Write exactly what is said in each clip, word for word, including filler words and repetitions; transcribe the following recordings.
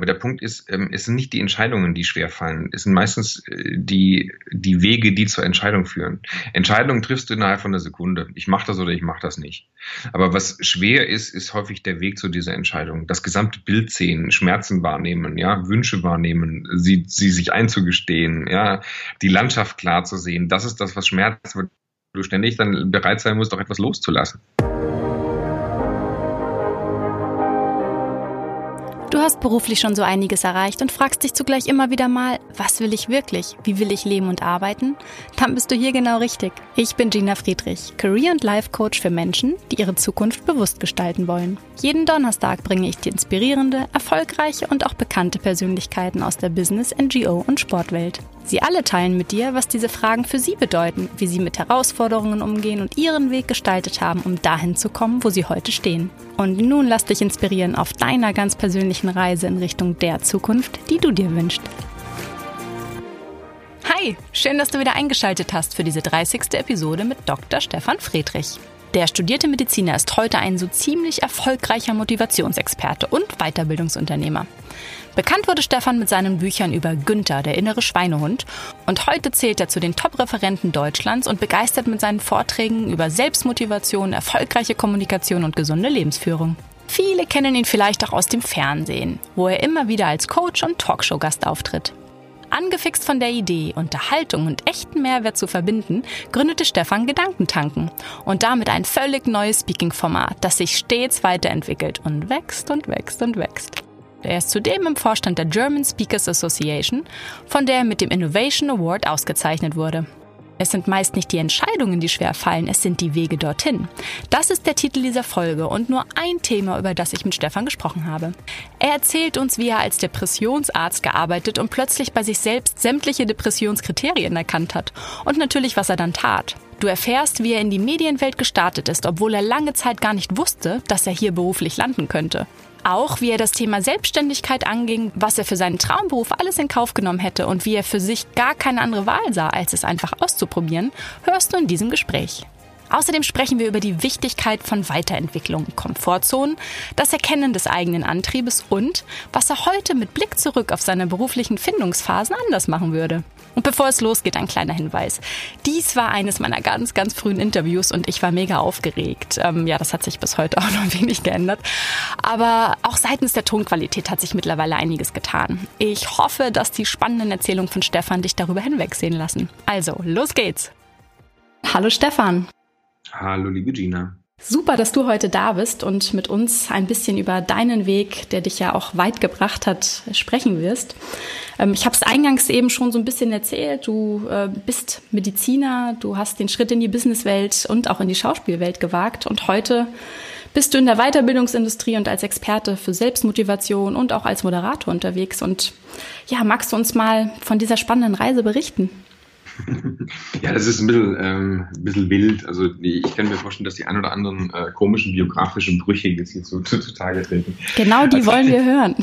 aber der Punkt ist, ähm, es sind nicht die Entscheidungen, die schwer fallen. Es sind meistens äh, die, die Wege, die zur Entscheidung führen. Entscheidungen triffst du innerhalb von einer Sekunde. Ich mache das oder ich mache das nicht. Aber was schwer ist, ist häufig der Weg zu dieser Entscheidung. Das gesamte Bild sehen, Schmerzen wahrnehmen, ja, Wünsche wahrnehmen, sie, sie sich einzugestehen, ja, die Landschaft klar zu sehen. Das ist das, was schmerzt, weil du ständig dann bereit sein musst, auch etwas loszulassen. Du hast beruflich schon so einiges erreicht und fragst dich zugleich immer wieder mal, was will ich wirklich? Wie will ich leben und arbeiten? Dann bist du hier genau richtig. Ich bin Gina Friedrich, Career- und Life-Coach für Menschen, die ihre Zukunft bewusst gestalten wollen. Jeden Donnerstag bringe ich dir inspirierende, erfolgreiche und auch bekannte Persönlichkeiten aus der Business-, N G O- und Sportwelt. Sie alle teilen mit dir, was diese Fragen für sie bedeuten, wie sie mit Herausforderungen umgehen und ihren Weg gestaltet haben, um dahin zu kommen, wo sie heute stehen. Und nun lass dich inspirieren auf deiner ganz persönlichen Reise in Richtung der Zukunft, die du dir wünschst. Hi, schön, dass du wieder eingeschaltet hast für diese dreißigste Episode mit Doktor Stefan Friedrich. Der studierte Mediziner ist heute ein so ziemlich erfolgreicher Motivationsexperte und Weiterbildungsunternehmer. Bekannt wurde Stefan mit seinen Büchern über Günther, der innere Schweinehund, und heute zählt er zu den Top-Referenten Deutschlands und begeistert mit seinen Vorträgen über Selbstmotivation, erfolgreiche Kommunikation und gesunde Lebensführung. Viele kennen ihn vielleicht auch aus dem Fernsehen, wo er immer wieder als Coach und Talkshow-Gast auftritt. Angefixt von der Idee, Unterhaltung und echten Mehrwert zu verbinden, gründete Stefan Gedankentanken und damit ein völlig neues Speaking-Format, das sich stets weiterentwickelt und wächst und wächst und wächst. Er ist zudem im Vorstand der German Speakers Association, von der er mit dem Innovation Award ausgezeichnet wurde. Es sind meist nicht die Entscheidungen, die schwer fallen, es sind die Wege dorthin. Das ist der Titel dieser Folge und nur ein Thema, über das ich mit Stefan gesprochen habe. Er erzählt uns, wie er als Depressionsarzt gearbeitet und plötzlich bei sich selbst sämtliche Depressionskriterien erkannt hat. Und natürlich, was er dann tat. Du erfährst, wie er in die Medienwelt gestartet ist, obwohl er lange Zeit gar nicht wusste, dass er hier beruflich landen könnte. Auch wie er das Thema Selbstständigkeit anging, was er für seinen Traumberuf alles in Kauf genommen hätte und wie er für sich gar keine andere Wahl sah, als es einfach auszuprobieren, hörst du in diesem Gespräch. Außerdem sprechen wir über die Wichtigkeit von Weiterentwicklung, Komfortzonen, das Erkennen des eigenen Antriebes und was er heute mit Blick zurück auf seine beruflichen Findungsphasen anders machen würde. Und bevor es losgeht, ein kleiner Hinweis. Dies war eines meiner ganz, ganz frühen Interviews und ich war mega aufgeregt. Ähm, ja, das hat sich bis heute auch noch ein wenig geändert. Aber auch seitens der Tonqualität hat sich mittlerweile einiges getan. Ich hoffe, dass die spannenden Erzählungen von Stefan dich darüber hinwegsehen lassen. Also, los geht's! Hallo Stefan! Hallo, liebe Gina. Super, dass du heute da bist und mit uns ein bisschen über deinen Weg, der dich ja auch weit gebracht hat, sprechen wirst. Ich habe es eingangs eben schon so ein bisschen erzählt. Du bist Mediziner, du hast den Schritt in die Businesswelt und auch in die Schauspielwelt gewagt. Und heute bist du in der Weiterbildungsindustrie und als Experte für Selbstmotivation und auch als Moderator unterwegs. Und ja, magst du uns mal von dieser spannenden Reise berichten? Ja, das ist ein bisschen, ähm, ein bisschen wild. Also ich kann mir vorstellen, dass die ein oder anderen äh, komischen biografischen Brüche jetzt hier zu, zu, zutage treten. Genau, die also, wollen wir hören.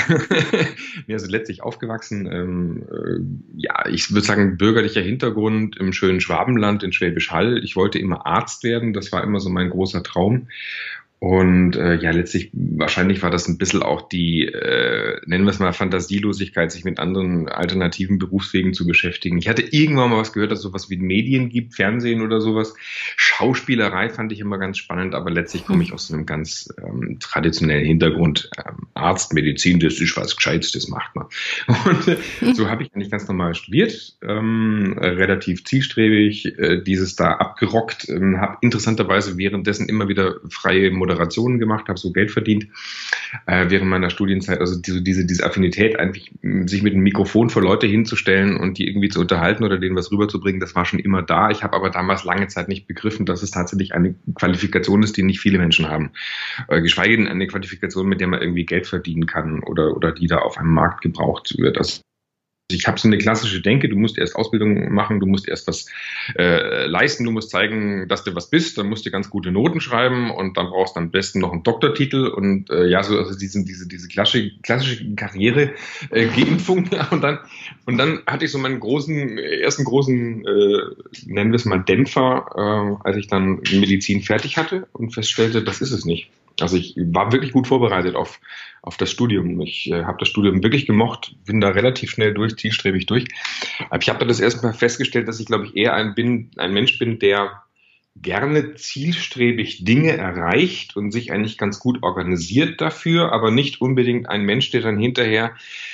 Ja, also letztlich aufgewachsen, ähm, äh, ja, ich würde sagen, bürgerlicher Hintergrund im schönen Schwabenland in Schwäbisch Hall. Ich wollte immer Arzt werden, das war immer so mein großer Traum. Und äh, ja, letztlich, wahrscheinlich war das ein bisschen auch die, äh, nennen wir es mal, Fantasielosigkeit, sich mit anderen alternativen Berufswegen zu beschäftigen. Ich hatte irgendwann mal was gehört, dass es sowas wie Medien gibt, Fernsehen oder sowas. Schauspielerei fand ich immer ganz spannend, aber letztlich komme ich aus so einem ganz ähm, traditionellen Hintergrund. Ähm, Arzt, Medizin, das ist was Gescheites, das macht man. Und äh, so habe ich eigentlich ganz normal studiert, ähm, äh, relativ zielstrebig, äh, dieses da abgerockt, ähm, habe interessanterweise währenddessen immer wieder freie Moderationen gemacht, habe so Geld verdient äh, während meiner Studienzeit. Also diese, diese, diese Affinität, eigentlich sich mit einem Mikrofon vor Leute hinzustellen und die irgendwie zu unterhalten oder denen was rüberzubringen, das war schon immer da. Ich habe aber damals lange Zeit nicht begriffen, dass es tatsächlich eine Qualifikation ist, die nicht viele Menschen haben. Äh, geschweige denn eine Qualifikation, mit der man irgendwie Geld verdienen kann oder, oder die da auf einem Markt gebraucht wird. Also ich habe so eine klassische Denke, du musst erst Ausbildung machen, du musst erst was äh, leisten, du musst zeigen, dass du was bist, dann musst du ganz gute Noten schreiben und dann brauchst du am besten noch einen Doktortitel und äh, ja, so also diese diese diese klassische klassische Karriere äh, Geimpfung und dann und dann hatte ich so meinen großen ersten großen äh, nennen wir es mal Dämpfer, äh, als ich dann Medizin fertig hatte und feststellte, das ist es nicht. Also ich war wirklich gut vorbereitet auf, auf das Studium. Ich äh, habe das Studium wirklich gemocht, bin da relativ schnell durch, zielstrebig durch. Aber ich habe das erstmal festgestellt, dass ich, glaube ich, eher ein, bin, ein Mensch bin, der gerne zielstrebig Dinge erreicht und sich eigentlich ganz gut organisiert dafür, aber nicht unbedingt ein Mensch, der dann hinterher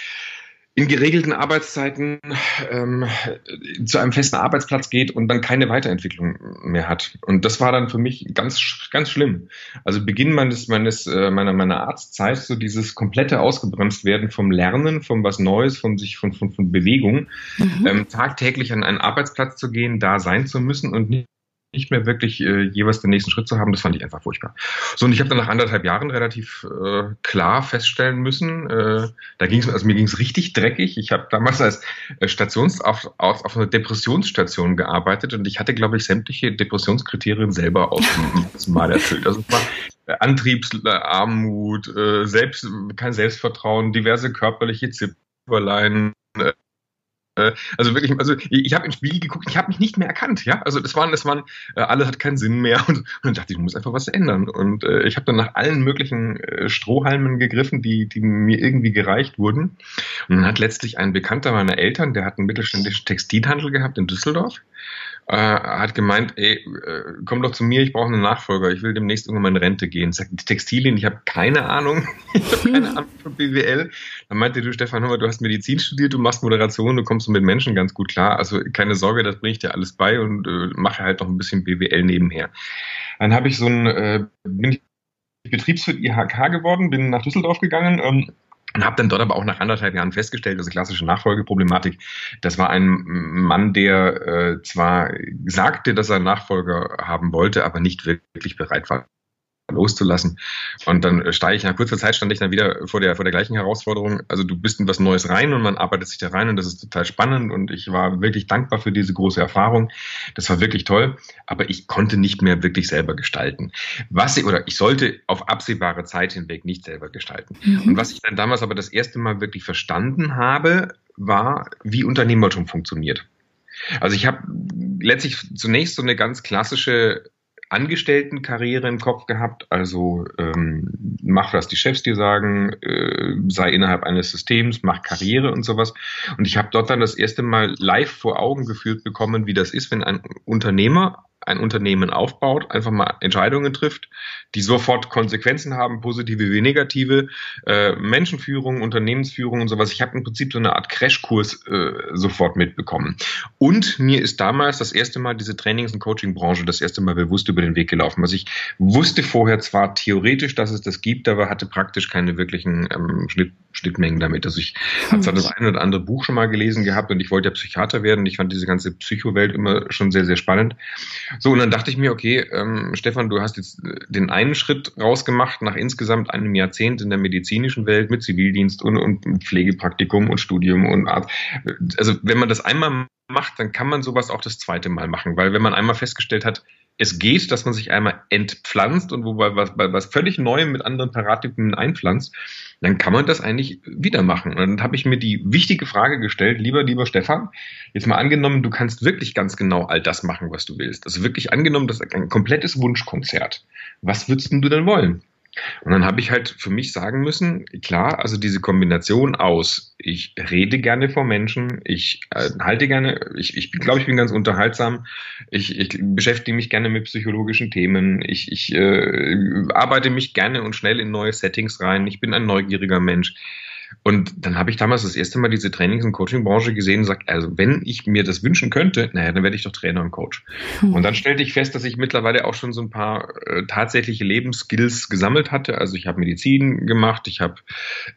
in geregelten Arbeitszeiten ähm, zu einem festen Arbeitsplatz geht und dann keine Weiterentwicklung mehr hat. Und das war dann für mich ganz, ganz schlimm. Also Beginn meines, meines, äh, meiner, meiner Arztzeit, so dieses komplette Ausgebremst werden vom Lernen, vom was Neues, von sich, von, von, von Bewegung, mhm. ähm, tagtäglich an einen Arbeitsplatz zu gehen, da sein zu müssen und nicht nicht mehr wirklich äh, jeweils den nächsten Schritt zu haben, das fand ich einfach furchtbar. So, und ich habe dann nach anderthalb Jahren relativ äh, klar feststellen müssen, äh, da ging es, also mir ging es richtig dreckig. Ich habe damals als äh, Stations auf, auf, auf einer Depressionsstation gearbeitet und ich hatte, glaube ich, sämtliche Depressionskriterien selber aus dem Mal erfüllt. Also es war äh, Antriebsarmut, äh, selbst, kein Selbstvertrauen, diverse körperliche Zipperlein, äh, Also wirklich, also ich habe ins Spiegel geguckt, ich habe mich nicht mehr erkannt, ja. Also das waren, das waren, äh, alles hat keinen Sinn mehr und, und dann dachte ich, ich muss einfach was ändern. Und äh, ich habe dann nach allen möglichen äh, Strohhalmen gegriffen, die, die mir irgendwie gereicht wurden. Und dann hat letztlich ein Bekannter meiner Eltern, der hat einen mittelständischen Textilhandel gehabt in Düsseldorf. Äh, hat gemeint, ey, äh, komm doch zu mir, ich brauche einen Nachfolger, ich will demnächst irgendwann in Rente gehen. Sagt die Textilien, ich habe keine Ahnung, ich habe keine Ahnung von B W L. Dann meinte du, Stefan, hör mal, du hast Medizin studiert, du machst Moderation, du kommst mit Menschen ganz gut klar, also keine Sorge, das bringe ich dir alles bei und äh, mache halt noch ein bisschen B W L nebenher. Dann habe ich so ein, äh, bin ich Betriebswirt I H K geworden, bin nach Düsseldorf gegangen, ähm, und habe dann dort aber auch nach anderthalb Jahren festgestellt, also klassische Nachfolgeproblematik, das war ein Mann, der äh, zwar sagte, dass er einen Nachfolger haben wollte, aber nicht wirklich bereit war, loszulassen. Und dann steige ich, nach kurzer Zeit stand ich dann wieder vor der, vor der gleichen Herausforderung. Also du bist in was Neues rein und man arbeitet sich da rein und das ist total spannend und ich war wirklich dankbar für diese große Erfahrung. Das war wirklich toll, aber ich konnte nicht mehr wirklich selber gestalten. Was ich, oder ich sollte auf absehbare Zeit hinweg nicht selber gestalten. Mhm. Und was ich dann damals aber das erste Mal wirklich verstanden habe, war, wie Unternehmertum funktioniert. Also ich habe letztlich zunächst so eine ganz klassische Angestelltenkarriere im Kopf gehabt, also ähm, mach, was die Chefs dir sagen, äh, sei innerhalb eines Systems, mach Karriere und sowas. Und ich habe dort dann das erste Mal live vor Augen geführt bekommen, wie das ist, wenn ein Unternehmer ein Unternehmen aufbaut, einfach mal Entscheidungen trifft, die sofort Konsequenzen haben, positive wie negative, äh, Menschenführung, Unternehmensführung und sowas. Ich habe im Prinzip so eine Art Crashkurs äh, sofort mitbekommen. Und mir ist damals das erste Mal diese Trainings- und Coaching-Branche das erste Mal bewusst über den Weg gelaufen. Also ich wusste vorher zwar theoretisch, dass es das gibt, aber hatte praktisch keine wirklichen ähm, Schnitt, Schnittmengen damit. Also ich habe zwar das ein oder andere Buch schon mal gelesen gehabt und ich wollte ja Psychiater werden. Ich fand diese ganze Psychowelt immer schon sehr, sehr spannend. So, und dann dachte ich mir, okay, ähm, Stefan, du hast jetzt den einen Schritt rausgemacht nach insgesamt einem Jahrzehnt in der medizinischen Welt mit Zivildienst und, und Pflegepraktikum und Studium und Arzt. Also wenn man das einmal macht, dann kann man sowas auch das zweite Mal machen, weil wenn man einmal festgestellt hat, es geht, dass man sich einmal entpflanzt und wobei was, was völlig Neuem mit anderen Paradigmen einpflanzt, dann kann man das eigentlich wieder machen. Und dann habe ich mir die wichtige Frage gestellt, lieber, lieber Stefan, jetzt mal angenommen, du kannst wirklich ganz genau all das machen, was du willst. Also wirklich angenommen, das ist ein komplettes Wunschkonzert. Was würdest du denn wollen? Und dann habe ich halt für mich sagen müssen, klar, also diese Kombination aus, ich rede gerne vor Menschen, ich äh, halte gerne, ich, ich glaube, ich bin ganz unterhaltsam, ich, ich beschäftige mich gerne mit psychologischen Themen, ich, ich äh, arbeite mich gerne und schnell in neue Settings rein, ich bin ein neugieriger Mensch. Und dann habe ich damals das erste Mal diese Trainings- und Coaching-Branche gesehen und gesagt, also wenn ich mir das wünschen könnte, naja, dann werde ich doch Trainer und Coach. Hm. Und dann stellte ich fest, dass ich mittlerweile auch schon so ein paar äh, tatsächliche Lebensskills gesammelt hatte. Also ich habe Medizin gemacht, ich habe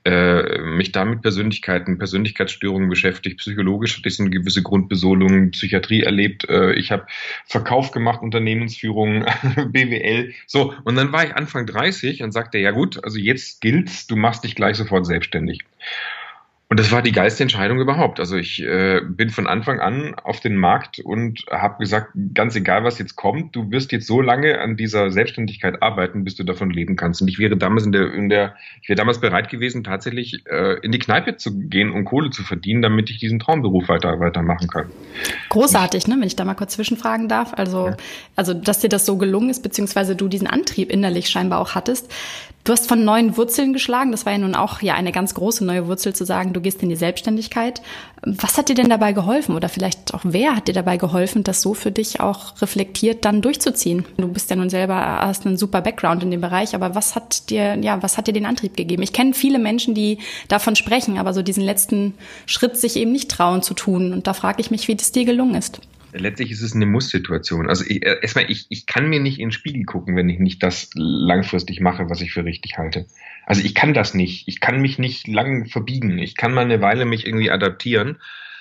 äh, mich da mit Persönlichkeiten, Persönlichkeitsstörungen beschäftigt, psychologisch hatte ich so eine gewisse Grundbesolung, Psychiatrie erlebt, äh, ich habe Verkauf gemacht, Unternehmensführung, B W L. So, und dann war ich Anfang dreißig und sagte, ja gut, also jetzt gilt's, du machst dich gleich sofort selbstständig. Und das war die geilste Entscheidung überhaupt. Also ich äh, bin von Anfang an auf den Markt und habe gesagt, ganz egal, was jetzt kommt, du wirst jetzt so lange an dieser Selbstständigkeit arbeiten, bis du davon leben kannst. Und ich wäre damals in der, in der, ich wäre damals bereit gewesen, tatsächlich äh, in die Kneipe zu gehen und Kohle zu verdienen, damit ich diesen Traumberuf weiter weitermachen kann. Großartig, ne? Wenn ich da mal kurz zwischenfragen darf. Also, ja. also, dass dir das so gelungen ist, beziehungsweise du diesen Antrieb innerlich scheinbar auch hattest. Du hast von neuen Wurzeln geschlagen. Das war ja nun auch ja eine ganz große neue Wurzel, zu sagen, du gehst in die Selbstständigkeit. Was hat dir denn dabei geholfen? Oder vielleicht auch wer hat dir dabei geholfen, das so für dich auch reflektiert dann durchzuziehen? Du bist ja nun selber, hast einen super Background in dem Bereich, aber was hat dir, ja, was hat dir den Antrieb gegeben? Ich kenne viele Menschen, die davon sprechen, aber so diesen letzten Schritt sich eben nicht trauen zu tun. Und da frage ich mich, wie das dir gelungen ist. Letztlich ist es eine Muss-Situation. Also ich, erstmal, ich, ich kann mir nicht in den Spiegel gucken, wenn ich nicht das langfristig mache, was ich für richtig halte. Also ich kann das nicht. Ich kann mich nicht lang verbiegen. Ich kann mal eine Weile mich irgendwie adaptieren,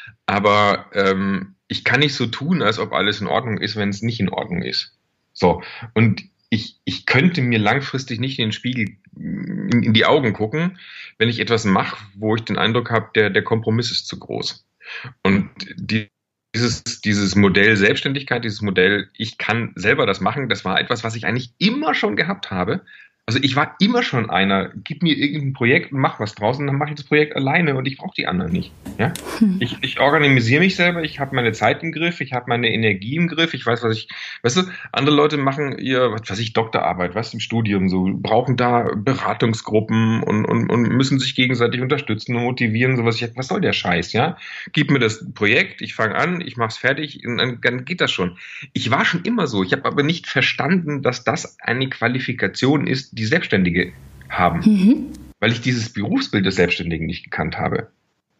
aber ähm, ich kann nicht so tun, als ob alles in Ordnung ist, wenn es nicht in Ordnung ist. So, und ich, ich könnte mir langfristig nicht in den Spiegel in, in die Augen gucken, wenn ich etwas mache, wo ich den Eindruck habe, der, der Kompromiss ist zu groß. Und die Dieses, dieses Modell Selbstständigkeit, dieses Modell, ich kann selber das machen, das war etwas, was ich eigentlich immer schon gehabt habe. Also ich war immer schon einer, gib mir irgendein Projekt und mach was draus und dann mache ich das Projekt alleine und ich brauche die anderen nicht. Ja? Hm. Ich, ich organisiere mich selber, ich habe meine Zeit im Griff, ich habe meine Energie im Griff, ich weiß, was ich, weißt du, andere Leute machen ihr, was weiß ich, Doktorarbeit, was im Studium so, brauchen da Beratungsgruppen und, und, und müssen sich gegenseitig unterstützen und motivieren, sowas. Ich, was soll der Scheiß, ja? Gib mir das Projekt, ich fange an, ich mache es fertig und dann, dann geht das schon. Ich war schon immer so, ich habe aber nicht verstanden, dass das eine Qualifikation ist, die Selbstständige haben, mhm. weil ich dieses Berufsbild des Selbstständigen nicht gekannt habe.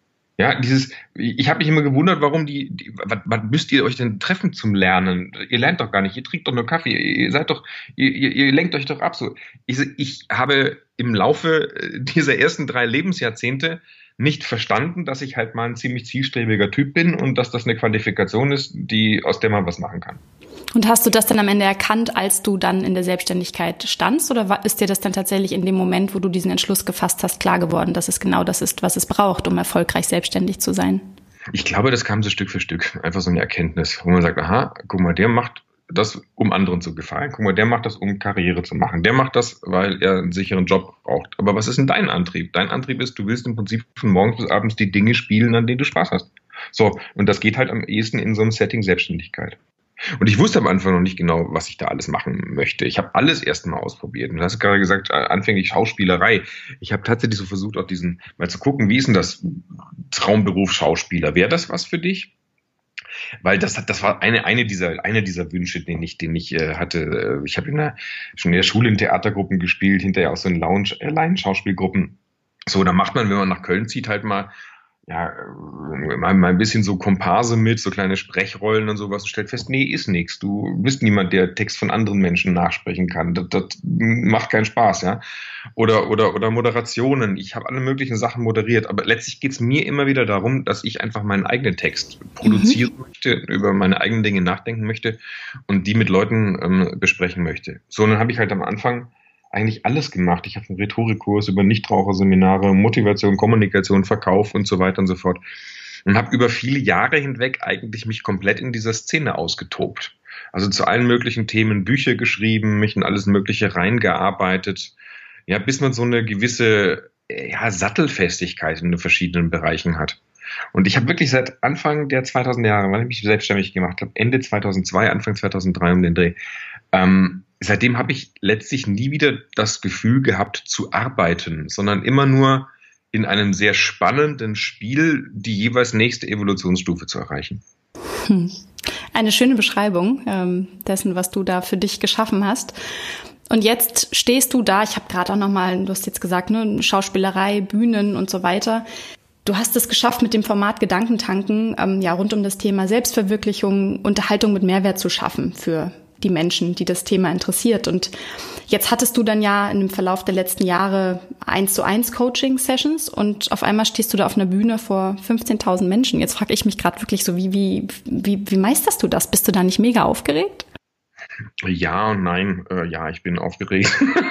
Ja, dieses, ich habe mich immer gewundert, warum die, die was, was müsst ihr euch denn treffen zum Lernen? Ihr lernt doch gar nicht, ihr trinkt doch nur Kaffee, ihr seid doch, ihr, ihr, ihr lenkt euch doch ab. So, ich, ich habe im Laufe dieser ersten drei Lebensjahrzehnte nicht verstanden, dass ich halt mal ein ziemlich zielstrebiger Typ bin und dass das eine Qualifikation ist, die, aus der man was machen kann. Und hast du das dann am Ende erkannt, als du dann in der Selbstständigkeit standst? Oder ist dir das dann tatsächlich in dem Moment, wo du diesen Entschluss gefasst hast, klar geworden, dass es genau das ist, was es braucht, um erfolgreich selbstständig zu sein? Ich glaube, das kam so Stück für Stück. Einfach so eine Erkenntnis, wo man sagt, aha, guck mal, der macht das, um anderen zu gefallen. Guck mal, der macht das, um Karriere zu machen. Der macht das, weil er einen sicheren Job braucht. Aber was ist denn dein Antrieb? Dein Antrieb ist, du willst im Prinzip von morgens bis abends die Dinge spielen, an denen du Spaß hast. So, und das geht halt am ehesten in so einem Setting Selbstständigkeit. Und ich wusste am Anfang noch nicht genau, was ich da alles machen möchte. Ich habe alles erst mal ausprobiert. Und du hast gerade gesagt, anfänglich Schauspielerei. Ich habe tatsächlich so versucht, auch diesen mal zu gucken, wie ist denn das Traumberuf Schauspieler? Wäre das was für dich? Weil das hat, das war eine eine dieser eine dieser Wünsche, den ich den ich äh, hatte. Ich habe in der, schon in der Schule in Theatergruppen gespielt, hinterher auch so in Lounge, äh, Laienschauspielgruppen. So, da macht man, wenn man nach Köln zieht, halt mal ja, mal, mal ein bisschen so Komparse mit, so kleine Sprechrollen und sowas und stellt fest, nee, ist nix. Du bist niemand, der Text von anderen Menschen nachsprechen kann. Das, das macht keinen Spaß, ja. Oder, oder, oder Moderationen. Ich habe alle möglichen Sachen moderiert, aber letztlich geht's mir immer wieder darum, dass ich einfach meinen eigenen Text produzieren mhm. möchte, über meine eigenen Dinge nachdenken möchte und die mit Leuten ähm, besprechen möchte. So, und dann habe ich halt am Anfang eigentlich alles gemacht. Ich habe einen Rhetorikkurs über Nichtraucherseminare, Motivation, Kommunikation, Verkauf und so weiter und so fort. Und habe über viele Jahre hinweg eigentlich mich komplett in dieser Szene ausgetobt. Also zu allen möglichen Themen Bücher geschrieben, mich in alles Mögliche reingearbeitet. Ja, bis man so eine gewisse ja, Sattelfestigkeit in den verschiedenen Bereichen hat. Und ich habe wirklich seit Anfang der zweitausender Jahre, weil ich mich selbstständig gemacht habe, Ende zweitausendzwei, Anfang zweitausenddrei um den Dreh, ähm, seitdem habe ich letztlich nie wieder das Gefühl gehabt zu arbeiten, sondern immer nur in einem sehr spannenden Spiel die jeweils nächste Evolutionsstufe zu erreichen. Hm. Eine schöne Beschreibung ähm, dessen, was du da für dich geschaffen hast. Und jetzt stehst du da, ich habe gerade auch nochmal, du hast jetzt gesagt, ne, Schauspielerei, Bühnen und so weiter. Du hast es geschafft, mit dem Format Gedankentanken ähm, ja rund um das Thema Selbstverwirklichung, Unterhaltung mit Mehrwert zu schaffen für die Menschen, die das Thema interessiert. Und jetzt hattest du dann ja im Verlauf der letzten Jahre eins zu eins Coaching-Sessions und auf einmal stehst du da auf einer Bühne vor fünfzehntausend Menschen. Jetzt frage ich mich gerade wirklich so, wie, wie, wie, wie meisterst du das? Bist du da nicht mega aufgeregt? Ja und nein. Äh, ja, ich bin aufgeregt.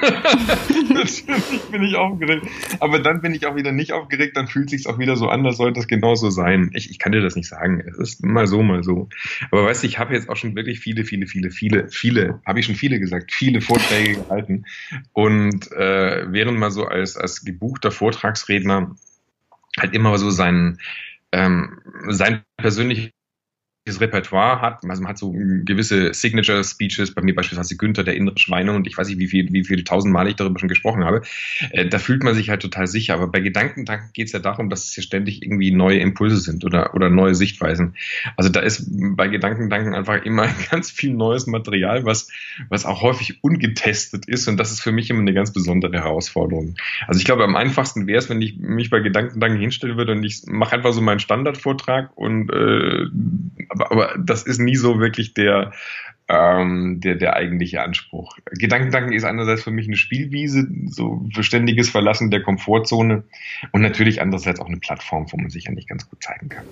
Natürlich bin ich aufgeregt. Aber dann bin ich auch wieder nicht aufgeregt, dann fühlt sich's auch wieder so an, als sollte es genauso sein. Ich, ich kann dir das nicht sagen. Es ist mal so, mal so. Aber weißt du, ich habe jetzt auch schon wirklich viele, viele, viele, viele, viele, habe ich schon viele gesagt, viele Vorträge gehalten. Und äh, während mal so als, als gebuchter Vortragsredner halt immer so sein, ähm, sein persönliches Repertoire hat, also man hat so gewisse Signature Speeches, bei mir beispielsweise Günther, der innere Schweine, und ich weiß nicht, wie viel, wie viele tausendmal ich darüber schon gesprochen habe, äh, da fühlt man sich halt total sicher, aber bei Gedankentanken geht es ja darum, dass es hier ständig irgendwie neue Impulse sind oder, oder neue Sichtweisen. Also da ist bei Gedankentanken einfach immer ganz viel neues Material, was, was auch häufig ungetestet ist, und das ist für mich immer eine ganz besondere Herausforderung. Also ich glaube, am einfachsten wäre es, wenn ich mich bei Gedankentanken hinstellen würde und ich mache einfach so meinen Standardvortrag und äh, Aber, aber das ist nie so wirklich der, ähm, der, der eigentliche Anspruch. Gedankentanken ist einerseits für mich eine Spielwiese, so verständiges Verlassen der Komfortzone, und natürlich andererseits auch eine Plattform, wo man sich ja nicht ganz gut zeigen kann.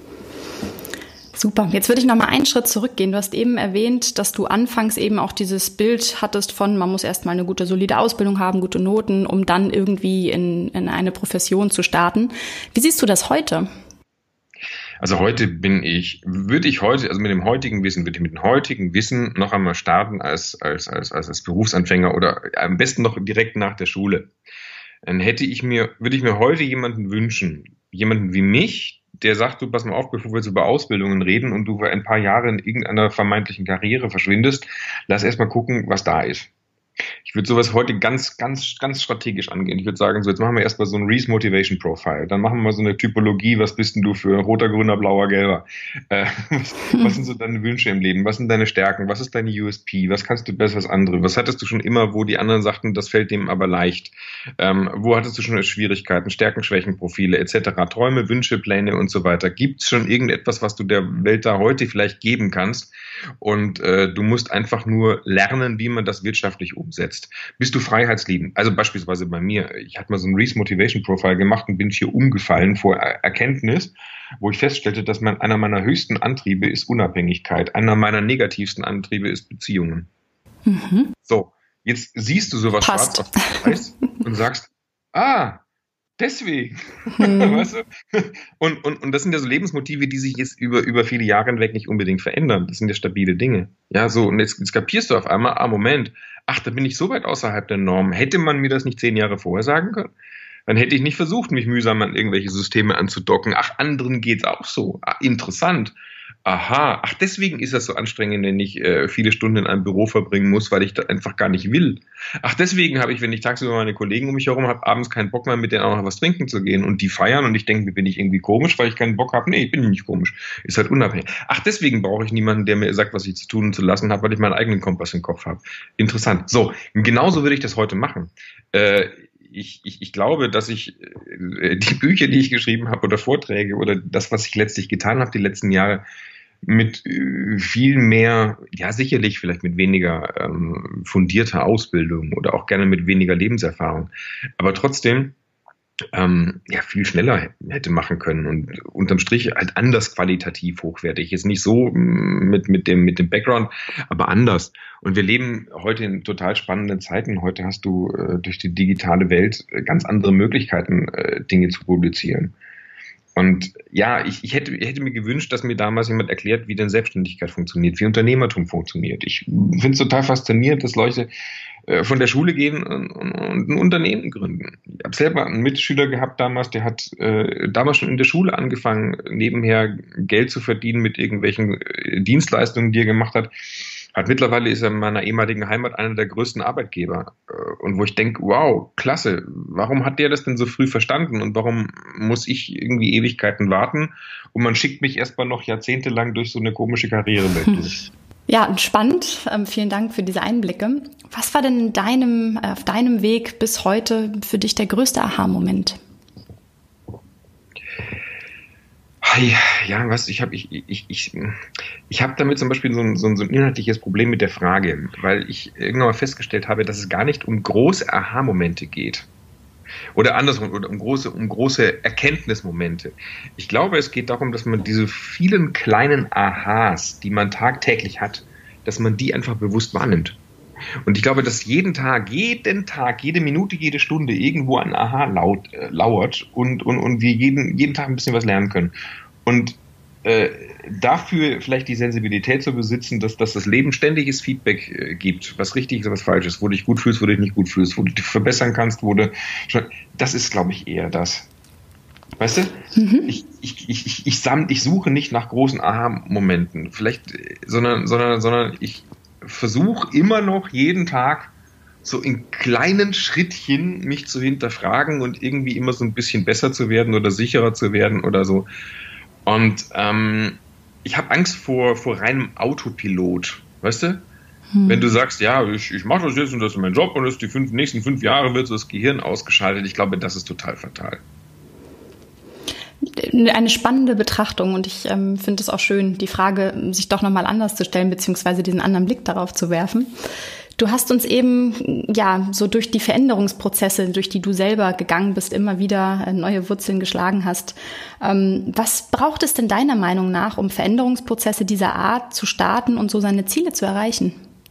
Super. Jetzt würde ich noch mal einen Schritt zurückgehen. Du hast eben erwähnt, dass du anfangs eben auch dieses Bild hattest von, man muss erst mal eine gute, solide Ausbildung haben, gute Noten, um dann irgendwie in, in eine Profession zu starten. Wie siehst du das heute? Also heute bin ich, würde ich heute, also mit dem heutigen Wissen, würde ich mit dem heutigen Wissen noch einmal starten als, als, als, als, als Berufsanfänger oder am besten noch direkt nach der Schule. Dann hätte ich mir, würde ich mir heute jemanden wünschen, jemanden wie mich, der sagt, du pass mal auf, bevor wir jetzt über Ausbildungen reden und du für ein paar Jahre in irgendeiner vermeintlichen Karriere verschwindest, lass erst mal gucken, was da ist. Ich würde sowas heute ganz, ganz, ganz strategisch angehen. Ich würde sagen, so jetzt machen wir erstmal so ein Reese Motivation Profile. Dann machen wir mal so eine Typologie. Was bist denn du für roter, grüner, blauer, gelber? Äh, was, was sind so deine Wünsche im Leben? Was sind deine Stärken? Was ist deine U S P? Was kannst du besser als andere? Was hattest du schon immer, wo die anderen sagten, das fällt dem aber leicht? Ähm, wo hattest du schon Schwierigkeiten? Stärken, Schwächen, Profile et cetera. Träume, Wünsche, Pläne und so weiter. Gibt es schon irgendetwas, was du der Welt da heute vielleicht geben kannst? Und äh, du musst einfach nur lernen, wie man das wirtschaftlich umsetzt. Bist du freiheitsliebend? Also beispielsweise bei mir, ich hatte mal so ein Reese Motivation Profile gemacht und bin hier umgefallen vor Erkenntnis, wo ich feststellte, dass man, einer meiner höchsten Antriebe ist Unabhängigkeit, einer meiner negativsten Antriebe ist Beziehungen. Mhm. So, jetzt siehst du sowas Passt. schwarz auf weiß und sagst, ah, deswegen, hm. weißt du? Und, und, und das sind ja so Lebensmotive, die sich jetzt über, über viele Jahre hinweg nicht unbedingt verändern. Das sind ja stabile Dinge. Ja, so, und jetzt, jetzt kapierst du auf einmal, ah, Moment, ach, da bin ich so weit außerhalb der Norm. Hätte man mir das nicht zehn Jahre vorher sagen können? Dann hätte ich nicht versucht, mich mühsam an irgendwelche Systeme anzudocken. Ach, anderen geht's auch so. Ah, interessant. Aha, ach, deswegen ist das so anstrengend, wenn ich äh, viele Stunden in einem Büro verbringen muss, weil ich da einfach gar nicht will. Ach, deswegen habe ich, wenn ich tagsüber meine Kollegen um mich herum habe, abends keinen Bock mehr, mit denen auch noch was trinken zu gehen, und die feiern und ich denke, bin ich irgendwie komisch, weil ich keinen Bock habe. Nee, ich bin nicht komisch. Ist halt unabhängig. Ach, deswegen brauche ich niemanden, der mir sagt, was ich zu tun und zu lassen habe, weil ich meinen eigenen Kompass im Kopf habe. Interessant. So, genauso würde ich das heute machen. Äh, Ich, ich, ich glaube, dass ich äh, die Bücher, die ich geschrieben habe oder Vorträge oder das, was ich letztlich getan habe die letzten Jahre, mit äh, viel mehr, ja sicherlich vielleicht mit weniger ähm, fundierter Ausbildung oder auch gerne mit weniger Lebenserfahrung, aber trotzdem ähm, ja viel schneller hätte machen können und unterm Strich halt anders qualitativ hochwertig. Jetzt nicht so mit, mit, dem, mit dem Background, aber anders. Und wir leben heute in total spannenden Zeiten. Heute hast du äh, durch die digitale Welt ganz andere Möglichkeiten, äh, Dinge zu publizieren. Und ja, ich, ich, hätte, ich hätte mir gewünscht, dass mir damals jemand erklärt, wie denn Selbstständigkeit funktioniert, wie Unternehmertum funktioniert. Ich finde es total faszinierend, dass Leute äh, von der Schule gehen und, und, und ein Unternehmen gründen. Ich habe selber einen Mitschüler gehabt damals, der hat äh, damals schon in der Schule angefangen, nebenher Geld zu verdienen mit irgendwelchen äh, Dienstleistungen, die er gemacht hat. Hat mittlerweile ist er in meiner ehemaligen Heimat einer der größten Arbeitgeber. Und wo ich denke, wow, klasse, warum hat der das denn so früh verstanden und warum muss ich irgendwie Ewigkeiten warten und man schickt mich erstmal noch jahrzehntelang durch so eine komische Karrierewelt durch. Ja, spannend. Ähm, vielen Dank für diese Einblicke. Was war denn in deinem, äh, auf deinem Weg bis heute für dich der größte Aha-Moment? Ja, was ich habe ich ich ich ich habe damit zum Beispiel so ein, so ein so ein inhaltliches Problem mit der Frage, weil ich irgendwann mal festgestellt habe, dass es gar nicht um große Aha-Momente geht oder andersrum oder um große um große Erkenntnismomente. Ich glaube, es geht darum, dass man diese vielen kleinen Ahas, die man tagtäglich hat, dass man die einfach bewusst wahrnimmt. Und ich glaube, dass jeden Tag, jeden Tag, jede Minute, jede Stunde irgendwo ein Aha laut, äh, lauert und, und, und wir jeden, jeden Tag ein bisschen was lernen können. Und äh, dafür vielleicht die Sensibilität zu besitzen, dass, dass das Leben ständiges Feedback äh, gibt, was richtig ist, was falsch ist, wo du dich gut fühlst, wo du dich nicht gut fühlst, wo du dich verbessern kannst, wo du schon, das ist, glaube ich, eher das. Weißt du, mhm. ich, ich, ich, ich, ich, samm, ich suche nicht nach großen Aha-Momenten, vielleicht, sondern, sondern, sondern ich versuche immer noch jeden Tag so in kleinen Schrittchen mich zu hinterfragen und irgendwie immer so ein bisschen besser zu werden oder sicherer zu werden oder so. Und ähm, ich habe Angst vor, vor reinem Autopilot, weißt du? Hm. Wenn du sagst, ja, ich, ich mache das jetzt und das ist mein Job und das die fünf, nächsten fünf Jahre wird so das Gehirn ausgeschaltet, ich glaube, das ist total fatal. Eine spannende Betrachtung und ich ähm, finde es auch schön, die Frage sich doch nochmal anders zu stellen, beziehungsweise diesen anderen Blick darauf zu werfen. Du hast uns eben ja so durch die Veränderungsprozesse, durch die du selber gegangen bist, immer wieder neue Wurzeln geschlagen hast. Ähm, was braucht es denn deiner Meinung nach, um Veränderungsprozesse dieser Art zu starten und so seine Ziele zu erreichen?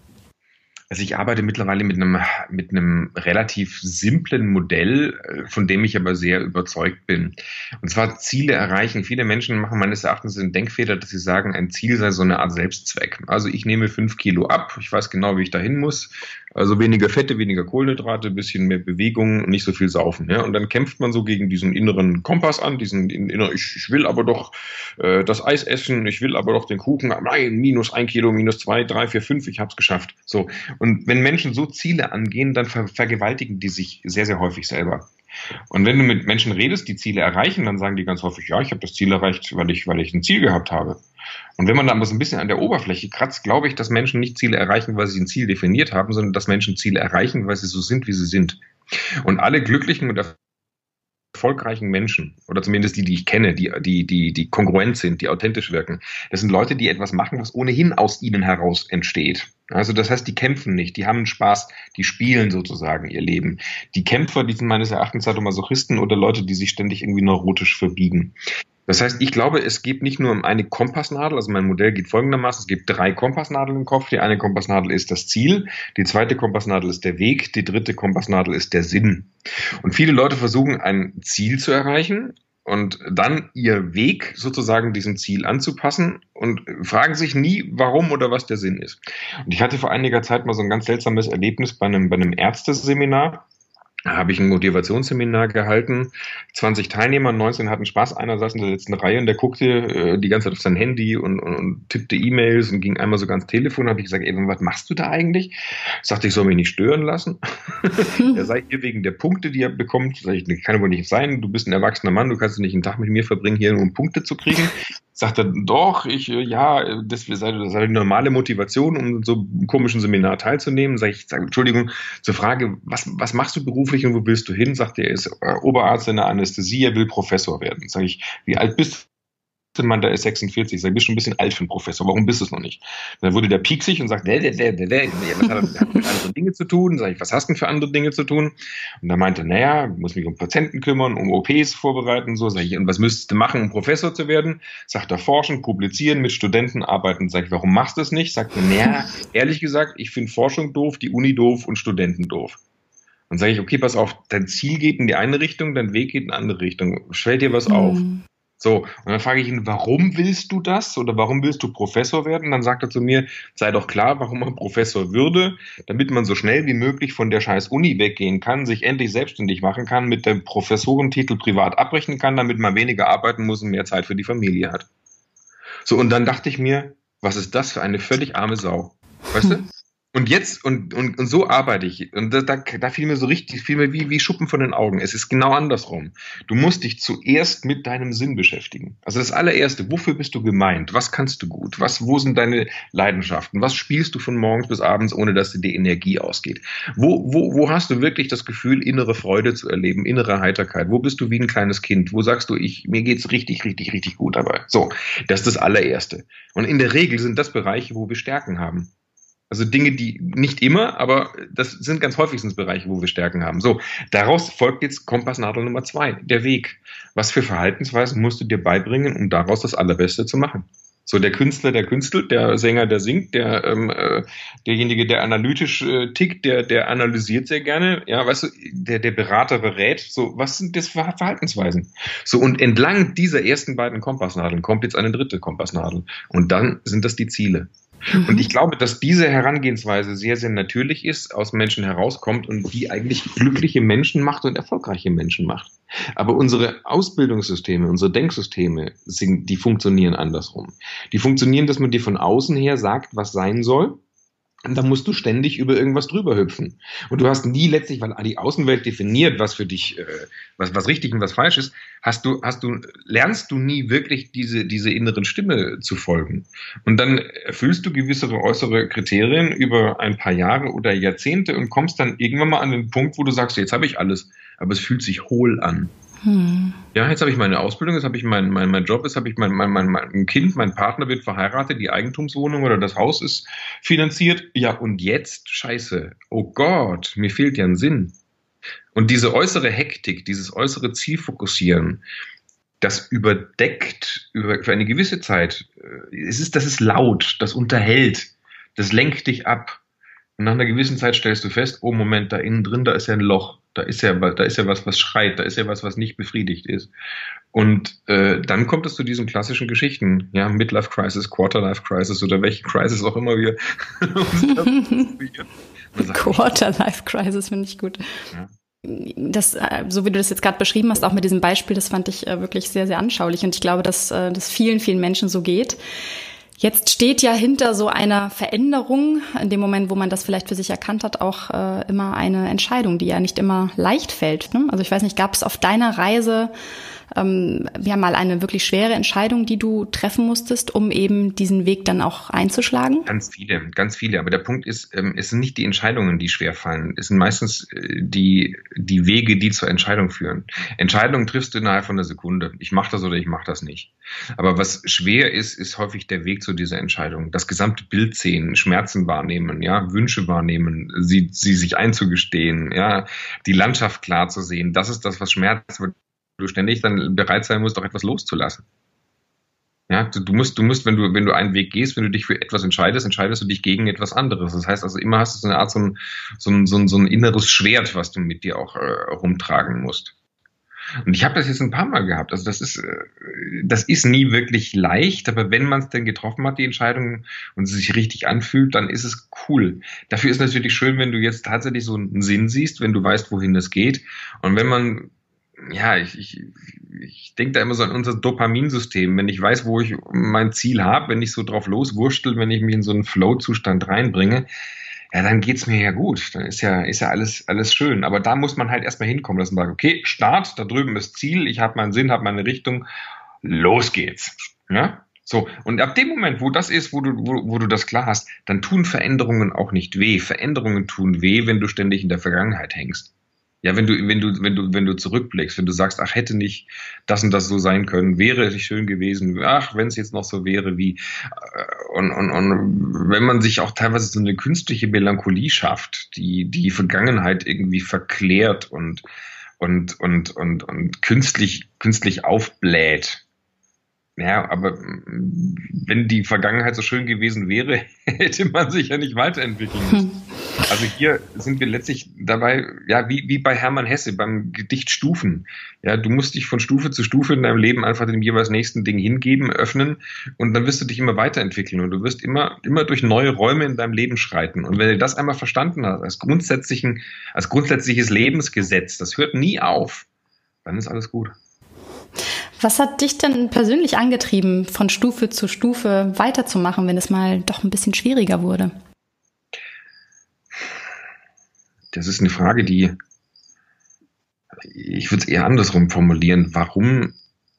Also ich arbeite mittlerweile mit einem, mit einem relativ simplen Modell, von dem ich aber sehr überzeugt bin. Und zwar Ziele erreichen. Viele Menschen machen meines Erachtens den Denkfehler, dass sie sagen, ein Ziel sei so eine Art Selbstzweck. Also ich nehme fünf Kilo ab, ich weiß genau, wie ich dahin muss. Also weniger Fette, weniger Kohlenhydrate, ein bisschen mehr Bewegung und nicht so viel saufen. Ja? Und dann kämpft man so gegen diesen inneren Kompass an, diesen inneren, ich, ich will aber doch äh, das Eis essen, ich will aber doch den Kuchen, nein, minus ein Kilo, minus zwei, drei, vier, fünf, ich hab's geschafft. So. Und wenn Menschen so Ziele angehen, dann ver- vergewaltigen die sich sehr, sehr häufig selber. Und wenn du mit Menschen redest, die Ziele erreichen, dann sagen die ganz häufig, ja, ich habe das Ziel erreicht, weil ich, weil ich ein Ziel gehabt habe. Und wenn man da aber so ein bisschen an der Oberfläche kratzt, glaube ich, dass Menschen nicht Ziele erreichen, weil sie ein Ziel definiert haben, sondern dass Menschen Ziele erreichen, weil sie so sind, wie sie sind. Und alle glücklichen und erfolgreichen Menschen, oder zumindest die, die ich kenne, die, die, die, die kongruent sind, die authentisch wirken, das sind Leute, die etwas machen, was ohnehin aus ihnen heraus entsteht. Also das heißt, die kämpfen nicht, die haben Spaß, die spielen sozusagen ihr Leben. Die Kämpfer, die sind meines Erachtens Sadomasochisten oder Leute, die sich ständig irgendwie neurotisch verbiegen. Das heißt, ich glaube, es geht nicht nur um eine Kompassnadel, also mein Modell geht folgendermaßen, es gibt drei Kompassnadeln im Kopf. Die eine Kompassnadel ist das Ziel, die zweite Kompassnadel ist der Weg, die dritte Kompassnadel ist der Sinn. Und viele Leute versuchen, ein Ziel zu erreichen und dann ihr Weg sozusagen diesem Ziel anzupassen und fragen sich nie, warum oder was der Sinn ist. Und ich hatte vor einiger Zeit mal so ein ganz seltsames Erlebnis bei einem, bei einem Ärzteseminar. Da habe ich ein Motivationsseminar gehalten, zwanzig Teilnehmer, neunzehn hatten Spaß, einer saß in der letzten Reihe und der guckte äh, die ganze Zeit auf sein Handy und, und, und tippte E-Mails und ging einmal so ganz Telefon. Da habe ich gesagt, ey, was machst du da eigentlich? Sagte, ich soll mich nicht stören lassen. Er sei hier wegen der Punkte, die er bekommt. Sag ich, kann wohl nicht sein, du bist ein erwachsener Mann, du kannst nicht einen Tag mit mir verbringen, hier nur um Punkte zu kriegen. Sagt er, doch, ich, ja, das sei eine normale Motivation, um so einem komischen Seminar teilzunehmen. Sag ich, sag, Entschuldigung, zur Frage, was, was machst du beruflich und wo willst du hin? Sagt er, er ist Oberarzt in der Anästhesie, er will Professor werden. Sag ich, wie alt bist du? Man, da ist sechsundvierzig, sag, bist schon ein bisschen alt für einen Professor, warum bist du es noch nicht? Dann wurde der pieksig und sagt, der, der, der, der, der, was hat das mit anderen Dinge zu tun? Sag ich, was hast du denn für andere Dinge zu tun? Und er meinte, naja, ich muss mich um Patienten kümmern, um O Ps vorbereiten, so. Sag ich, und was müsstest du machen, um Professor zu werden? Sagt er, forschen, publizieren, mit Studenten arbeiten. Sag ich, warum machst du es nicht? Sagt er, naja, ehrlich gesagt, ich finde Forschung doof, die Uni doof und Studenten doof. Dann sage ich, okay, pass auf, dein Ziel geht in die eine Richtung, dein Weg geht in die andere Richtung. Fällt dir was mhm. auf? So, und dann frage ich ihn, warum willst du das oder warum willst du Professor werden? Dann sagt er zu mir, sei doch klar, warum man Professor würde, damit man so schnell wie möglich von der scheiß Uni weggehen kann, sich endlich selbstständig machen kann, mit dem Professorentitel privat abrechnen kann, damit man weniger arbeiten muss und mehr Zeit für die Familie hat. So, und dann dachte ich mir, was ist das für eine völlig arme Sau? Weißt du? Und jetzt, und, und, und so arbeite ich. Und da, da, da fiel mir so richtig, fiel mir wie, wie Schuppen von den Augen. Es ist genau andersrum. Du musst dich zuerst mit deinem Sinn beschäftigen. Also das allererste, wofür bist du gemeint? Was kannst du gut? Was, wo sind deine Leidenschaften? Was spielst du von morgens bis abends, ohne dass dir die Energie ausgeht? Wo, wo, wo hast du wirklich das Gefühl, innere Freude zu erleben, innere Heiterkeit? Wo bist du wie ein kleines Kind? Wo sagst du, ich, mir geht's richtig, richtig, richtig gut dabei? So, das ist das allererste. Und in der Regel sind das Bereiche, wo wir Stärken haben. Also Dinge, die nicht immer, aber das sind ganz häufigstens Bereiche, wo wir Stärken haben. So, daraus folgt jetzt Kompassnadel Nummer zwei, der Weg. Was für Verhaltensweisen musst du dir beibringen, um daraus das Allerbeste zu machen? So, der Künstler, der künstelt, der Sänger, der singt, der ähm, äh, derjenige, der analytisch äh, tickt, der der analysiert sehr gerne, ja, weißt du, der der Berater berät, so, was sind das für Verhaltensweisen? So, und entlang dieser ersten beiden Kompassnadeln kommt jetzt eine dritte Kompassnadel und dann sind das die Ziele. Mhm. Und ich glaube, dass diese Herangehensweise sehr, sehr natürlich ist, aus Menschen herauskommt und die eigentlich glückliche Menschen macht und erfolgreiche Menschen macht. Aber unsere Ausbildungssysteme, unsere Denksysteme, sind, die funktionieren andersrum. Die funktionieren, dass man dir von außen her sagt, was sein soll. Und da musst du ständig über irgendwas drüber hüpfen. Und du hast nie letztlich, weil die Außenwelt definiert, was für dich, äh, was, was richtig und was falsch ist, hast du, hast du, lernst du nie wirklich diese, diese inneren Stimme zu folgen. Und dann erfüllst du gewisse äußere Kriterien über ein paar Jahre oder Jahrzehnte und kommst dann irgendwann mal an den Punkt, wo du sagst, jetzt habe ich alles, aber es fühlt sich hohl an. Hm. Ja, jetzt habe ich meine Ausbildung, jetzt habe ich mein, mein, mein Job, jetzt habe ich mein, mein, mein, mein Kind, mein Partner wird verheiratet, die Eigentumswohnung oder das Haus ist finanziert. Ja, und jetzt, scheiße, oh Gott, mir fehlt ja ein Sinn. Und diese äußere Hektik, dieses äußere Zielfokussieren, das überdeckt über, für eine gewisse Zeit, es ist, das ist laut, das unterhält, das lenkt dich ab. Und nach einer gewissen Zeit stellst du fest, oh Moment, da innen drin, da ist ja ein Loch. Da ist ja, da ist ja was, was schreit, da ist ja was, was nicht befriedigt ist. Und äh, dann kommt es zu diesen klassischen Geschichten, ja, Midlife Crisis, Quarterlife Crisis oder welche Crisis auch immer wir. Quarterlife Crisis finde ich gut. Ja. Das, so wie du das jetzt gerade beschrieben hast, auch mit diesem Beispiel, das fand ich wirklich sehr, sehr anschaulich. Und ich glaube, dass das vielen, vielen Menschen so geht. Jetzt steht ja hinter so einer Veränderung, in dem Moment, wo man das vielleicht für sich erkannt hat, auch äh, immer eine Entscheidung, die ja nicht immer leicht fällt. Ne? Also ich weiß nicht, gab es auf deiner Reise ähm, ja mal eine wirklich schwere Entscheidung, die du treffen musstest, um eben diesen Weg dann auch einzuschlagen? Ganz viele, ganz viele. Aber der Punkt ist, ähm, es sind nicht die Entscheidungen, die schwer fallen. Es sind meistens äh, die die Wege, die zur Entscheidung führen. Entscheidungen triffst du innerhalb von einer Sekunde. Ich mache das oder ich mache das nicht. Aber was schwer ist, ist häufig der Weg zu dieser Entscheidung. Das gesamte Bild sehen, Schmerzen wahrnehmen, ja, Wünsche wahrnehmen, sie, sie sich einzugestehen, ja, die Landschaft klar zu sehen. Das ist das, was schmerzt, weil du ständig dann bereit sein musst, auch etwas loszulassen. Ja, du, du musst, du musst, wenn du, wenn du einen Weg gehst, wenn du dich für etwas entscheidest, entscheidest du dich gegen etwas anderes. Das heißt also, immer hast du so eine Art, so ein, so ein, so ein, so ein inneres Schwert, was du mit dir auch äh, rumtragen musst. Und ich habe das jetzt ein paar Mal gehabt. Also das ist, das ist nie wirklich leicht, aber wenn man es denn getroffen hat, die Entscheidung, und es sich richtig anfühlt, dann ist es cool. Dafür ist es natürlich schön, wenn du jetzt tatsächlich so einen Sinn siehst, wenn du weißt, wohin es geht. Und wenn man, ja, ich, ich, ich denke da immer so an unser Dopaminsystem. Wenn ich weiß, wo ich mein Ziel habe, wenn ich so drauf loswurschtel, wenn ich mich in so einen Flow-Zustand reinbringe, ja, dann geht's mir ja gut. Dann ist ja, ist ja alles, alles schön. Aber da muss man halt erstmal hinkommen, dass man sagt, okay, Start, da drüben ist Ziel, ich habe meinen Sinn, habe meine Richtung, los geht's. Ja? So. Und ab dem Moment, wo das ist, wo du, wo, wo du das klar hast, dann tun Veränderungen auch nicht weh. Veränderungen tun weh, wenn du ständig in der Vergangenheit hängst. Ja, wenn du, wenn du, wenn du, wenn du zurückblickst, wenn du sagst, ach, hätte nicht das und das so sein können, wäre es nicht schön gewesen, ach, wenn es jetzt noch so wäre, wie, und, und, und wenn man sich auch teilweise so eine künstliche Melancholie schafft, die, die Vergangenheit irgendwie verklärt und, und, und, und, und künstlich, künstlich aufbläht. Ja, aber wenn die Vergangenheit so schön gewesen wäre, hätte man sich ja nicht weiterentwickeln müssen. Also hier sind wir letztlich dabei, ja, wie, wie bei Hermann Hesse beim Gedicht Stufen. Ja, du musst dich von Stufe zu Stufe in deinem Leben einfach dem jeweils nächsten Ding hingeben, öffnen und dann wirst du dich immer weiterentwickeln und du wirst immer, immer durch neue Räume in deinem Leben schreiten. Und wenn du das einmal verstanden hast, als grundsätzlichen, als grundsätzliches Lebensgesetz, das hört nie auf, dann ist alles gut. Was hat dich denn persönlich angetrieben, von Stufe zu Stufe weiterzumachen, wenn es mal doch ein bisschen schwieriger wurde? Das ist eine Frage, die, ich würde es eher andersrum formulieren. Warum,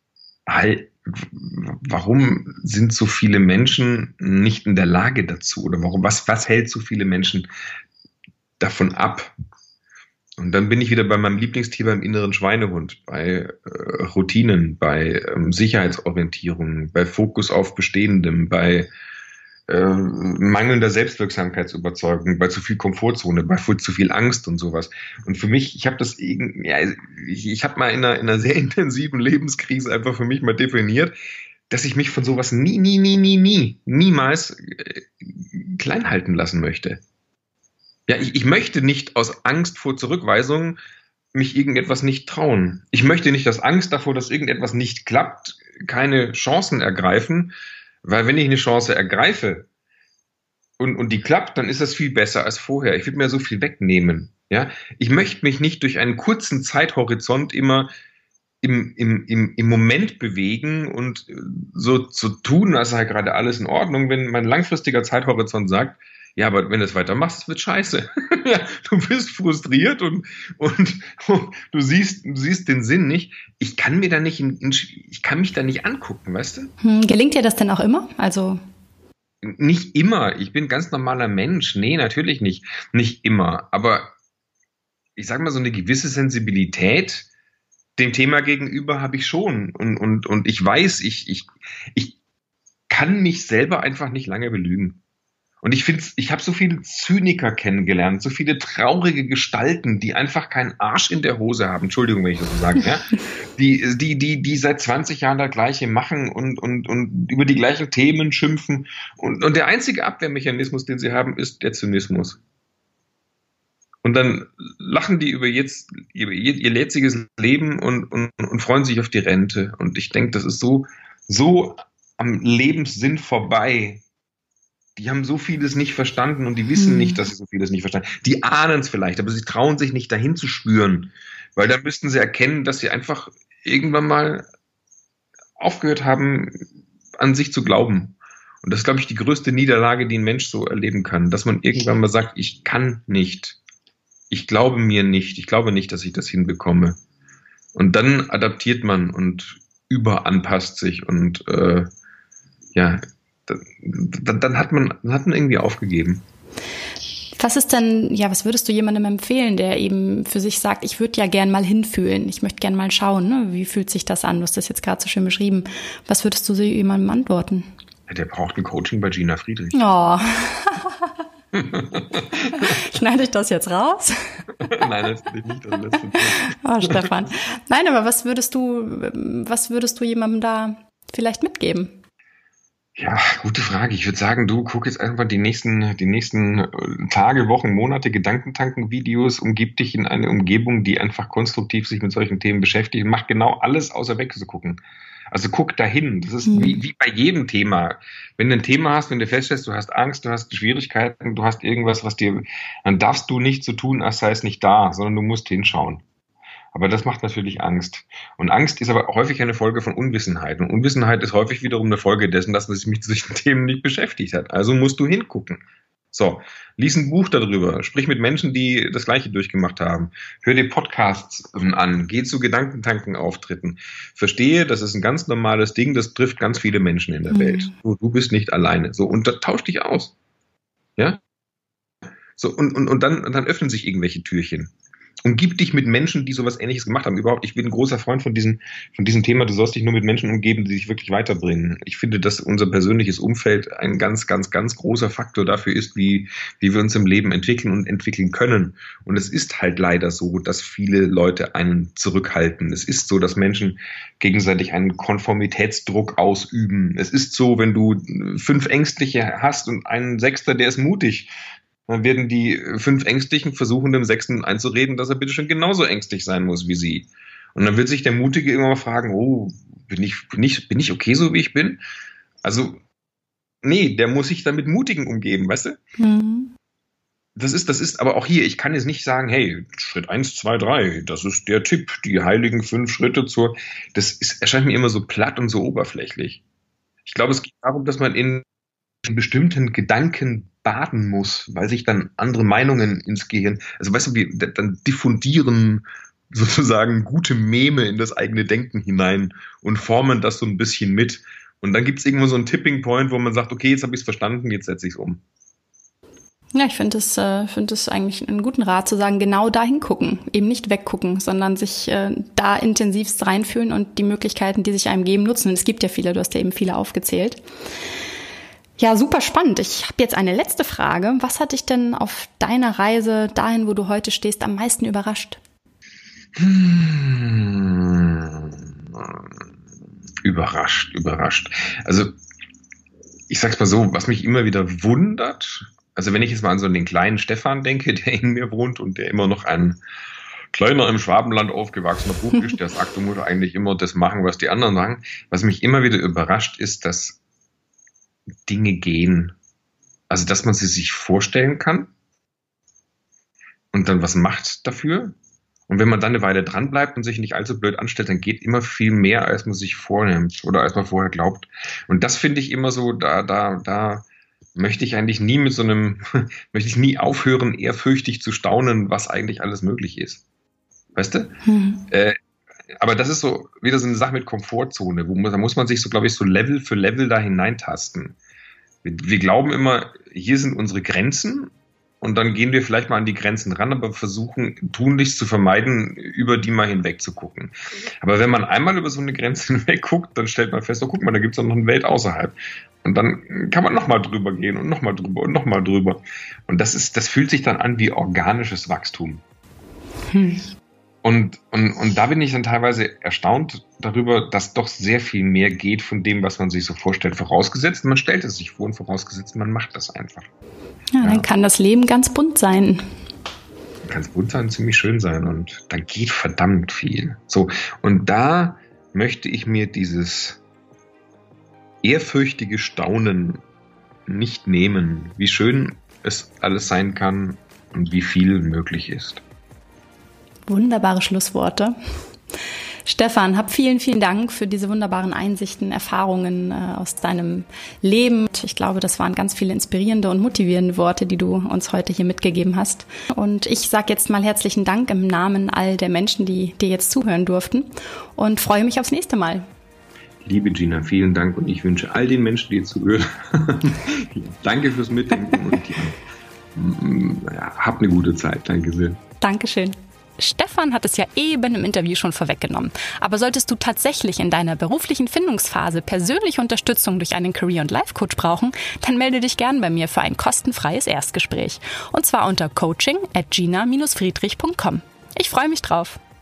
warum sind so viele Menschen nicht in der Lage dazu? Oder warum, was, was hält so viele Menschen davon ab? Und dann bin ich wieder bei meinem Lieblingsthema im inneren Schweinehund, bei äh, Routinen, bei ähm, Sicherheitsorientierung, bei Fokus auf Bestehendem, bei äh, mangelnder Selbstwirksamkeitsüberzeugung, bei zu viel Komfortzone, bei zu viel Angst und sowas. Und für mich, ich habe das, ja, ich, ich habe mal in einer, in einer sehr intensiven Lebenskrise einfach für mich mal definiert, dass ich mich von sowas nie, nie, nie, nie, nie, niemals äh, klein halten lassen möchte. Ja, ich, ich möchte nicht aus Angst vor Zurückweisung mich irgendetwas nicht trauen. Ich möchte nicht aus Angst davor, dass irgendetwas nicht klappt, keine Chancen ergreifen, weil wenn ich eine Chance ergreife und, und die klappt, dann ist das viel besser als vorher. Ich würde mir so viel wegnehmen. Ja, ich möchte mich nicht durch einen kurzen Zeithorizont immer im, im, im, im Moment bewegen und so zu tun, als sei gerade alles in Ordnung, wenn mein langfristiger Zeithorizont sagt, ja, aber wenn du es weitermachst, es wird scheiße. Ja, du bist frustriert und, und, und du siehst, du siehst den Sinn nicht. Ich kann mir da nicht, in, in, ich kann mich da nicht angucken, weißt du? Hm, gelingt dir das denn auch immer? Also nicht immer. Ich bin ein ganz normaler Mensch. Nee, natürlich nicht. Nicht immer. Aber ich sag mal, so eine gewisse Sensibilität dem Thema gegenüber habe ich schon. Und, und, und ich weiß, ich, ich, ich kann mich selber einfach nicht lange belügen. Und ich finde, ich habe so viele Zyniker kennengelernt, so viele traurige Gestalten, die einfach keinen Arsch in der Hose haben. Entschuldigung, wenn ich das so sage. Ja? Die, die, die, die seit zwanzig Jahren das Gleiche machen und, und, und über die gleichen Themen schimpfen. Und, und der einzige Abwehrmechanismus, den sie haben, ist der Zynismus. Und dann lachen die über jetzt, ihr, ihr jetziges Leben und, und, und freuen sich auf die Rente. Und ich denke, das ist so, so am Lebenssinn vorbei. Die haben so vieles nicht verstanden und die wissen hm. nicht, dass sie so vieles nicht verstanden haben. Die ahnen es vielleicht, aber sie trauen sich nicht dahin zu spüren. Weil dann müssten sie erkennen, dass sie einfach irgendwann mal aufgehört haben, an sich zu glauben. Und das ist, glaube ich, die größte Niederlage, die ein Mensch so erleben kann. Dass man irgendwann mal sagt, ich kann nicht. Ich glaube mir nicht. Ich glaube nicht, dass ich das hinbekomme. Und dann adaptiert man und überanpasst sich und äh, ja, Dann, dann, hat man, dann hat man irgendwie aufgegeben. Was ist denn, ja, was würdest du jemandem empfehlen, der eben für sich sagt, ich würde ja gern mal hinfühlen, ich möchte gern mal schauen, ne? Wie fühlt sich das an? Du hast das jetzt gerade so schön beschrieben. Was würdest du jemandem antworten? Ja, der braucht ein Coaching bei Gina Friedrich. Oh. Schneide ich das jetzt raus? Nein, das will ich nicht. Das letzte oh, Stefan. Nein, aber was würdest du, was würdest du jemandem da vielleicht mitgeben? Ja, gute Frage. Ich würde sagen, du guck jetzt einfach die nächsten, die nächsten Tage, Wochen, Monate Gedankentanken-Videos, umgib dich in eine Umgebung, die einfach konstruktiv sich mit solchen Themen beschäftigt und mach genau alles, außer wegzugucken. Also guck dahin. Das ist hm. wie, wie bei jedem Thema. Wenn du ein Thema hast, wenn du feststellst, du hast Angst, du hast Schwierigkeiten, du hast irgendwas, was dir, dann darfst du nicht so tun, als sei es nicht da, sondern du musst hinschauen. Aber das macht natürlich Angst. Und Angst ist aber häufig eine Folge von Unwissenheit. Und Unwissenheit ist häufig wiederum eine Folge dessen, dass man sich mit solchen Themen nicht beschäftigt hat. Also musst du hingucken. So, lies ein Buch darüber. Sprich mit Menschen, die das Gleiche durchgemacht haben. Hör dir Podcasts an. Geh zu Gedankentanken-Auftritten. Verstehe, das ist ein ganz normales Ding. Das trifft ganz viele Menschen in der mhm. Welt. Du, du bist nicht alleine. So, und da tausch dich aus. Ja? So, und, und, und dann, und dann öffnen sich irgendwelche Türchen. Umgib dich mit Menschen, die sowas Ähnliches gemacht haben. Überhaupt, ich bin ein großer Freund von diesem, von diesem Thema, du sollst dich nur mit Menschen umgeben, die dich wirklich weiterbringen. Ich finde, dass unser persönliches Umfeld ein ganz, ganz, ganz großer Faktor dafür ist, wie, wie wir uns im Leben entwickeln und entwickeln können. Und es ist halt leider so, dass viele Leute einen zurückhalten. Es ist so, dass Menschen gegenseitig einen Konformitätsdruck ausüben. Es ist so, wenn du fünf Ängstliche hast und einen Sechster, der ist mutig, dann werden die fünf Ängstlichen versuchen, dem Sechsten einzureden, dass er bitte schon genauso ängstlich sein muss wie sie. Und dann wird sich der Mutige immer mal fragen, oh, bin ich, bin ich, bin ich okay so, wie ich bin? Also, nee, der muss sich dann mit Mutigen umgeben, weißt du? Mhm. Das ist, das ist, aber auch hier, ich kann jetzt nicht sagen, hey, Schritt eins, zwei, drei, das ist der Tipp, die heiligen fünf Schritte zur, das ist, erscheint mir immer so platt und so oberflächlich. Ich glaube, es geht darum, dass man in bestimmten Gedanken baden muss, weil sich dann andere Meinungen ins Gehirn, also weißt du, wie dann diffundieren sozusagen gute Meme in das eigene Denken hinein und formen das so ein bisschen mit. Und dann gibt es irgendwo so einen Tipping Point, wo man sagt, okay, jetzt habe ich es verstanden, jetzt setze ich es um. Ja, ich finde es äh, finde es eigentlich einen guten Rat zu sagen, genau da hingucken, eben nicht weggucken, sondern sich äh, da intensivst reinfühlen und die Möglichkeiten, die sich einem geben, nutzen. Und es gibt ja viele, du hast ja eben viele aufgezählt. Ja, super spannend. Ich habe jetzt eine letzte Frage. Was hat dich denn auf deiner Reise dahin, wo du heute stehst, am meisten überrascht? überrascht, überrascht. Also ich sag's mal so, was mich immer wieder wundert, also wenn ich jetzt mal an so den kleinen Stefan denke, der in mir wohnt und der immer noch ein kleiner im Schwabenland aufgewachsener Bub ist, der sagt, du musst eigentlich immer das machen, was die anderen machen. Was mich immer wieder überrascht, ist, dass Dinge gehen. Also dass man sie sich vorstellen kann und dann was macht dafür. Und wenn man dann eine Weile dran bleibt und sich nicht allzu blöd anstellt, dann geht immer viel mehr, als man sich vornimmt oder als man vorher glaubt. Und das finde ich immer so, da, da, da möchte ich eigentlich nie mit so einem, möchte ich nie aufhören, ehrfürchtig zu staunen, was eigentlich alles möglich ist. Weißt du? Hm. Äh, aber das ist so wieder so eine Sache mit Komfortzone, wo man, da muss man sich so, glaube ich, so Level für Level da hineintasten. Wir, wir glauben immer, hier sind unsere Grenzen. Und dann gehen wir vielleicht mal an die Grenzen ran, aber versuchen tunlichst zu vermeiden, über die mal hinweg zu gucken. Aber wenn man einmal über so eine Grenze hinweg guckt, dann stellt man fest, oh, guck mal, da gibt es noch eine Welt außerhalb. Und dann kann man nochmal drüber gehen und nochmal drüber und nochmal drüber. Und das ist, das fühlt sich dann an wie organisches Wachstum. Hm. Und, und, und da bin ich dann teilweise erstaunt darüber, dass doch sehr viel mehr geht von dem, was man sich so vorstellt. Vorausgesetzt, man stellt es sich vor und vorausgesetzt, man macht das einfach. Ja, ja. Dann kann das Leben ganz bunt sein. Kann es bunt sein, ziemlich schön sein und da geht verdammt viel. So, und da möchte ich mir dieses ehrfürchtige Staunen nicht nehmen, wie schön es alles sein kann und wie viel möglich ist. Wunderbare Schlussworte. Stefan, hab vielen, vielen Dank für diese wunderbaren Einsichten, Erfahrungen äh, aus deinem Leben. Ich glaube, das waren ganz viele inspirierende und motivierende Worte, die du uns heute hier mitgegeben hast. Und ich sage jetzt mal herzlichen Dank im Namen all der Menschen, die dir jetzt zuhören durften und freue mich aufs nächste Mal. Liebe Gina, vielen Dank und ich wünsche all den Menschen, die zuhören, danke fürs Mitdenken und ja, hab eine gute Zeit. Danke sehr. Dankeschön. Stefan hat es ja eben im Interview schon vorweggenommen. Aber solltest du tatsächlich in deiner beruflichen Findungsphase persönliche Unterstützung durch einen Career- und Life-Coach brauchen, dann melde dich gern bei mir für ein kostenfreies Erstgespräch. Und zwar unter coaching at gina dash friedrich punkt com. Ich freue mich drauf.